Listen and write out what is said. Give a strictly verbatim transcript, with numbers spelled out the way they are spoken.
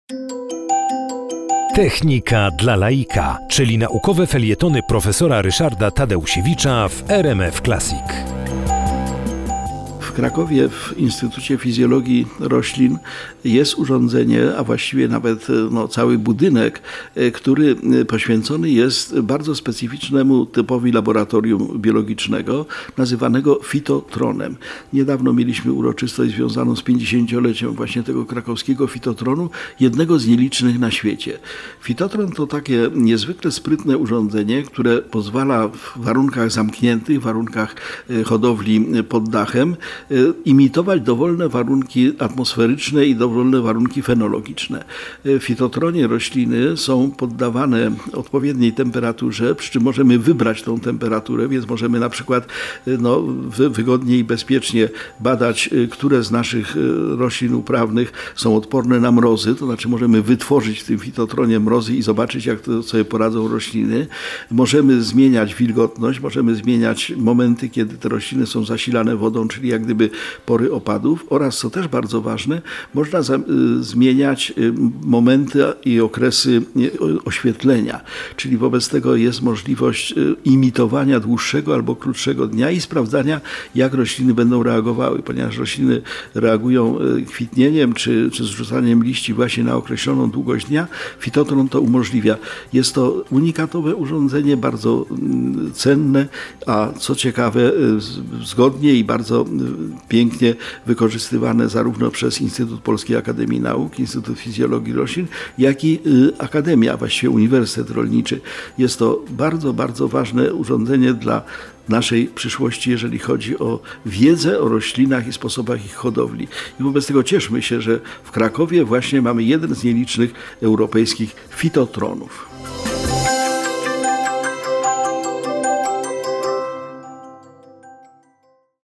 Technika dla laika, czyli naukowe felietony profesora Ryszarda Tadeusiewicza w R M F Classic. W Krakowie w Instytucie Fizjologii Roślin jest urządzenie, a właściwie nawet no, cały budynek, który poświęcony jest bardzo specyficznemu typowi laboratorium biologicznego, nazywanego fitotronem. Niedawno mieliśmy uroczystość związaną z pięćdziesięcioleciem właśnie tego krakowskiego fitotronu, jednego z nielicznych na świecie. Fitotron to takie niezwykle sprytne urządzenie, które pozwala w warunkach zamkniętych, w warunkach hodowli pod dachem, imitować dowolne warunki atmosferyczne i dowolne warunki fenologiczne. W fitotronie rośliny są poddawane odpowiedniej temperaturze, przy czym możemy wybrać tą temperaturę, więc możemy na przykład no, wygodnie i bezpiecznie badać, które z naszych roślin uprawnych są odporne na mrozy, to znaczy możemy wytworzyć w tym fitotronie mrozy i zobaczyć, jak to sobie poradzą rośliny. Możemy zmieniać wilgotność, możemy zmieniać momenty, kiedy te rośliny są zasilane wodą, czyli jak gdyby pory opadów, oraz, co też bardzo ważne, można za, y, zmieniać y, momenty i okresy y, oświetlenia. Czyli wobec tego jest możliwość y, imitowania dłuższego albo krótszego dnia i sprawdzania, jak rośliny będą reagowały. Ponieważ rośliny reagują y, kwitnieniem czy, czy zrzucaniem liści właśnie na określoną długość dnia, fitotron to umożliwia. Jest to unikatowe urządzenie, bardzo y, cenne, a co ciekawe, y, zgodnie i bardzo y, pięknie wykorzystywane zarówno przez Instytut Polskiej Akademii Nauk, Instytut Fizjologii Roślin, jak i y, Akademia, właściwie Uniwersytet Rolniczy. Jest to bardzo, bardzo ważne urządzenie dla naszej przyszłości, jeżeli chodzi o wiedzę o roślinach i sposobach ich hodowli. I wobec tego cieszmy się, że w Krakowie właśnie mamy jeden z nielicznych europejskich fitotronów.